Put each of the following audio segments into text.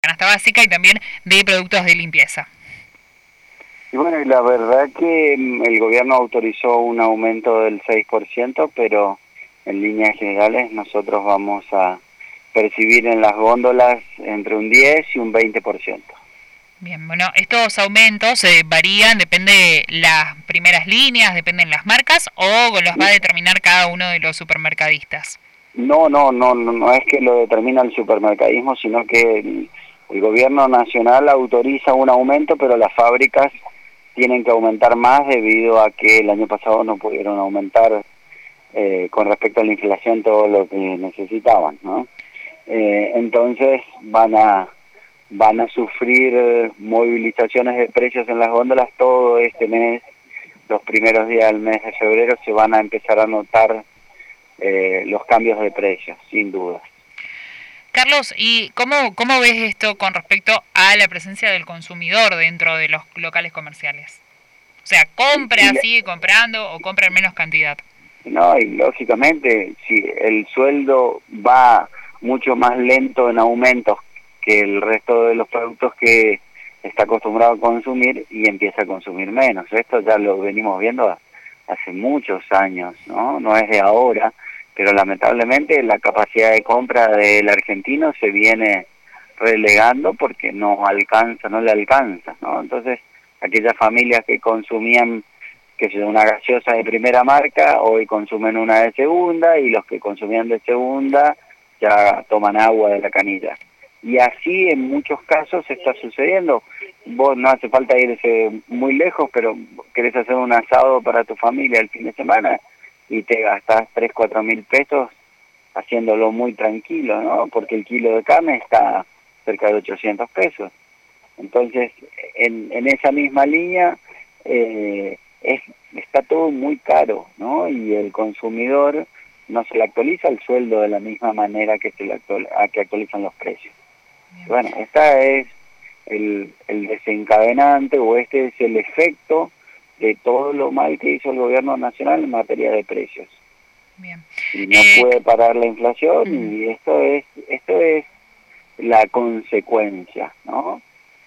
canasta básica y también de productos de limpieza. Y bueno, la verdad que el gobierno autorizó un aumento del 6%, pero en líneas generales nosotros vamos a percibir en las góndolas entre un 10 y un 20%. Bien, bueno, estos aumentos varían, depende de las primeras líneas, dependen las marcas o los va a determinar cada uno de los supermercadistas. No es que lo determina el supermercadismo, sino que el gobierno nacional autoriza un aumento, pero las fábricas tienen que aumentar más debido a que el año pasado no pudieron aumentar con respecto a la inflación todo lo que necesitaban, ¿no? Entonces van a sufrir movilizaciones de precios en las góndolas todo este mes. Los primeros días del mes de febrero se van a empezar a notar los cambios de precios, sin duda. Carlos, ¿y cómo ves esto con respecto a la presencia del consumidor dentro de los locales comerciales? O sea, ¿sigue comprando o compra en menos cantidad? No, y lógicamente, si el sueldo va mucho más lento en aumentos que el resto de los productos que está acostumbrado a consumir, y empieza a consumir menos. Esto ya lo venimos viendo hace muchos años, ¿no? No es de ahora, pero lamentablemente la capacidad de compra del argentino se viene relegando porque no le alcanza, ¿no? Entonces, aquellas familias que consumían una gaseosa de primera marca, hoy consumen una de segunda, y los que consumían de segunda ya toman agua de la canilla. Y así en muchos casos está sucediendo. Vos no hace falta irse muy lejos, pero querés hacer un asado para tu familia el fin de semana y te gastás 3-4 mil pesos haciéndolo muy tranquilo, ¿no? Porque el kilo de carne está cerca de 800 pesos. Entonces, en esa misma línea está todo muy caro, ¿no? Y el consumidor no se le actualiza el sueldo de la misma manera que que actualizan los precios. Bien. Bueno, esta es el desencadenante, o este es el efecto de todo lo mal que hizo el gobierno nacional en materia de precios. Bien. Y no puede parar la inflación, y esto es la consecuencia, ¿no?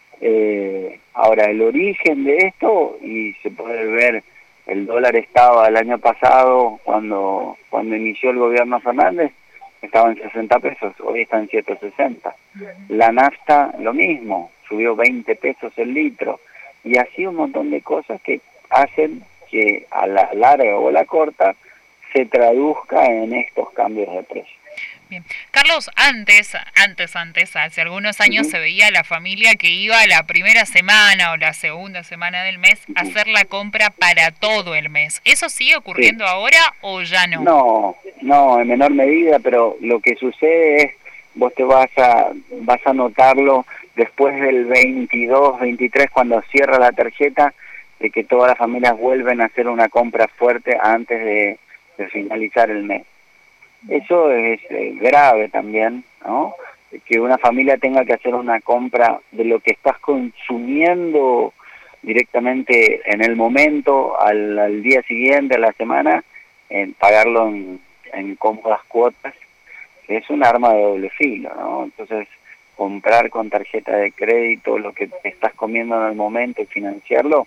Ahora, el origen de esto, y se puede ver, el dólar estaba el año pasado, cuando inició el gobierno Fernández, estaba en 60 pesos, hoy está en 160. La nafta, lo mismo, subió 20 pesos el litro, y así un montón de cosas que hacen que a la larga o a la corta se traduzca en estos cambios de precio. Bien. Carlos, antes, hace algunos años se veía la familia que iba la primera semana o la segunda semana del mes a hacer la compra para todo el mes. ¿Eso sigue ocurriendo ahora o ya no? No, en menor medida, pero lo que sucede es, vos vas a notarlo después del 22, 23, cuando cierra la tarjeta, de que todas las familias vuelven a hacer una compra fuerte antes de finalizar el mes. Eso es grave también, ¿no? Que una familia tenga que hacer una compra de lo que estás consumiendo directamente en el momento, al día siguiente, a la semana, pagarlo en cómodas cuotas, que es un arma de doble filo, ¿no? Entonces, comprar con tarjeta de crédito lo que te estás comiendo en el momento y financiarlo,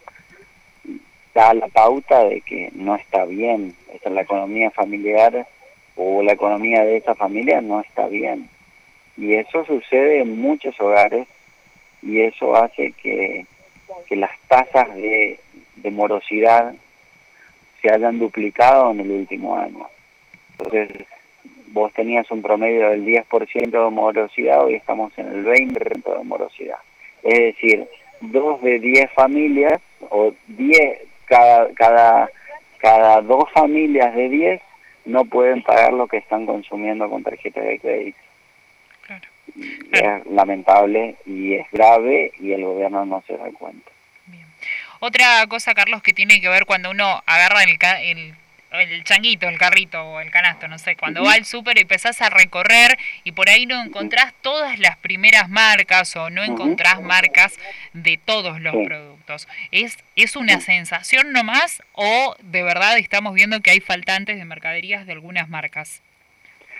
da la pauta de que no está bien. Esa es la economía familiar, o la economía de esa familia no está bien. Y eso sucede en muchos hogares, y eso hace que las tasas de morosidad se hayan duplicado en el último año. Entonces, vos tenías un promedio del 10% de morosidad, hoy estamos en el 20% de morosidad. Es decir, 2 de 10 familias, o 10, cada 2 familias de 10 no pueden pagar lo que están consumiendo con tarjeta de crédito. Claro. Es lamentable y es grave, y el gobierno no se da cuenta. Bien. Otra cosa, Carlos, que tiene que ver cuando uno agarra el changuito, el carrito o el canasto, no sé, cuando va al súper y empezás a recorrer y por ahí no encontrás todas las primeras marcas o no encontrás marcas de todos los productos. ¿Es una sensación nomás o de verdad estamos viendo que hay faltantes de mercaderías de algunas marcas?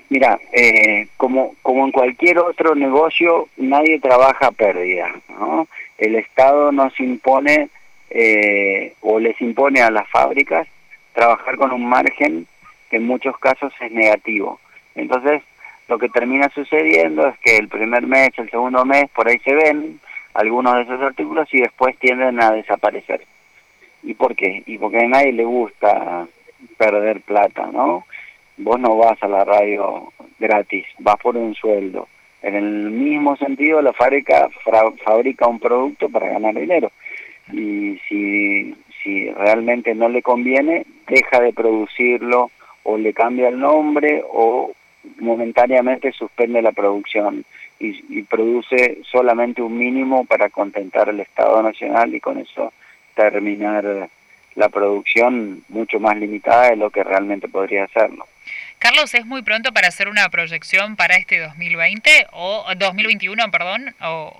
Mira, como en cualquier otro negocio, nadie trabaja a pérdida, ¿no? El Estado nos impone o les impone a las fábricas trabajar con un margen que en muchos casos es negativo. Entonces, lo que termina sucediendo es que el primer mes, el segundo mes, por ahí se ven algunos de esos artículos y después tienden a desaparecer. ¿Y por qué? Y porque a nadie le gusta perder plata, ¿no? Vos no vas a la radio gratis, vas por un sueldo. En el mismo sentido, la fábrica fabrica un producto para ganar dinero. Y si realmente no le conviene, deja de producirlo o le cambia el nombre o momentáneamente suspende la producción y produce solamente un mínimo para contentar al Estado Nacional y con eso terminar la producción mucho más limitada de lo que realmente podría hacerlo. Carlos, ¿es muy pronto para hacer una proyección para este 2020 o 2021, perdón,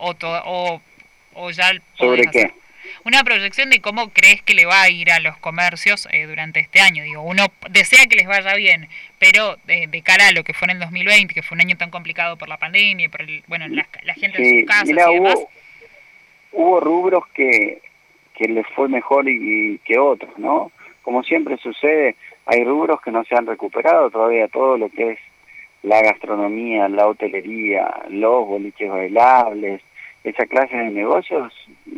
o ya podés ¿Sobre hacer qué? una proyección de cómo crees que le va a ir a los comercios durante este año? Digo, uno desea que les vaya bien, pero de cara a lo que fue en el 2020, que fue un año tan complicado por la pandemia, por la gente en sus Sí, casas mira, y demás. hubo rubros que les fue mejor y que otros, ¿no? Como siempre sucede, hay rubros que no se han recuperado todavía, todo lo que es la gastronomía, la hotelería, los boliches bailables, esa clase de negocios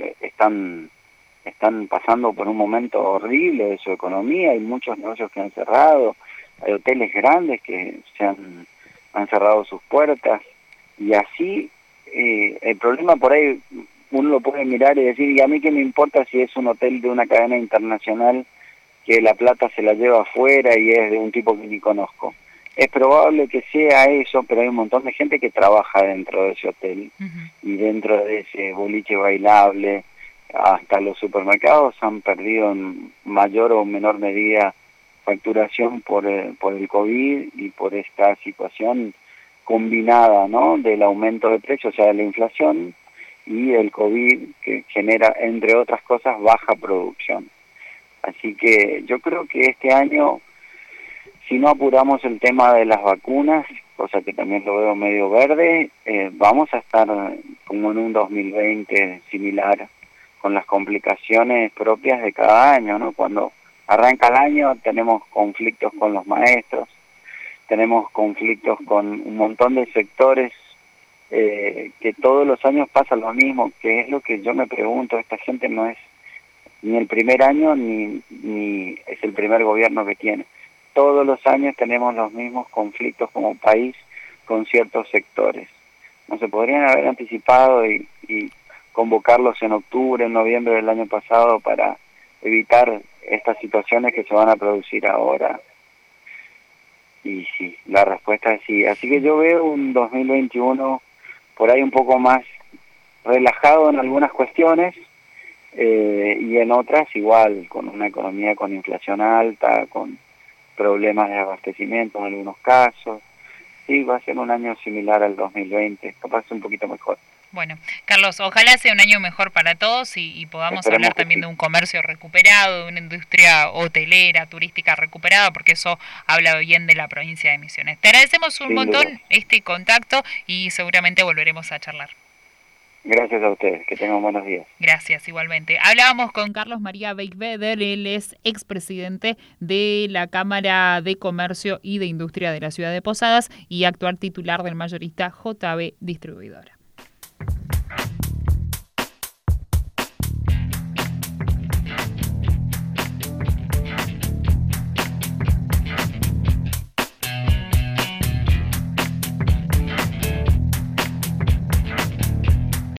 están pasando por un momento horrible de su economía, hay muchos negocios que han cerrado, hay hoteles grandes que han cerrado sus puertas, y así el problema por ahí uno lo puede mirar y decir, ¿y a mí qué me importa si es un hotel de una cadena internacional que la plata se la lleva afuera y es de un tipo que ni conozco? Es probable que sea eso, pero hay un montón de gente que trabaja dentro de ese hotel y dentro de ese boliche bailable. Hasta los supermercados han perdido en mayor o menor medida facturación por el COVID y por esta situación combinada, ¿no?, del aumento de precios, o sea, de la inflación y el COVID, que genera, entre otras cosas, baja producción. Así que yo creo que este año, si no apuramos el tema de las vacunas, cosa que también lo veo medio verde, vamos a estar como en un 2020 similar, con las complicaciones propias de cada año, ¿no? Cuando arranca el año tenemos conflictos con los maestros, tenemos conflictos con un montón de sectores que todos los años pasa lo mismo, que es lo que yo me pregunto. Esta gente no es ni el primer año ni es el primer gobierno que tiene. Todos los años tenemos los mismos conflictos como país con ciertos sectores. No se podrían haber anticipado y convocarlos en octubre, en noviembre del año pasado para evitar estas situaciones que se van a producir ahora. Y sí, la respuesta es sí. Así que yo veo un 2021 por ahí un poco más relajado en algunas cuestiones y en otras igual, con una economía con inflación alta, con problemas de abastecimiento en algunos casos. Sí, va a ser un año similar al 2020, capaz un poquito mejor. Bueno, Carlos, ojalá sea un año mejor para todos y podamos Esperemos hablar que también sí. de un comercio recuperado, de una industria hotelera, turística recuperada, porque eso habla bien de la provincia de Misiones. Te agradecemos un Sin duda. montón este contacto y seguramente volveremos a charlar. Gracias a ustedes, que tengan buenos días. Gracias, igualmente. Hablábamos con Carlos María Beigbeder, él es expresidente de la Cámara de Comercio y de Industria de la Ciudad de Posadas y actual titular del mayorista JB Distribuidora.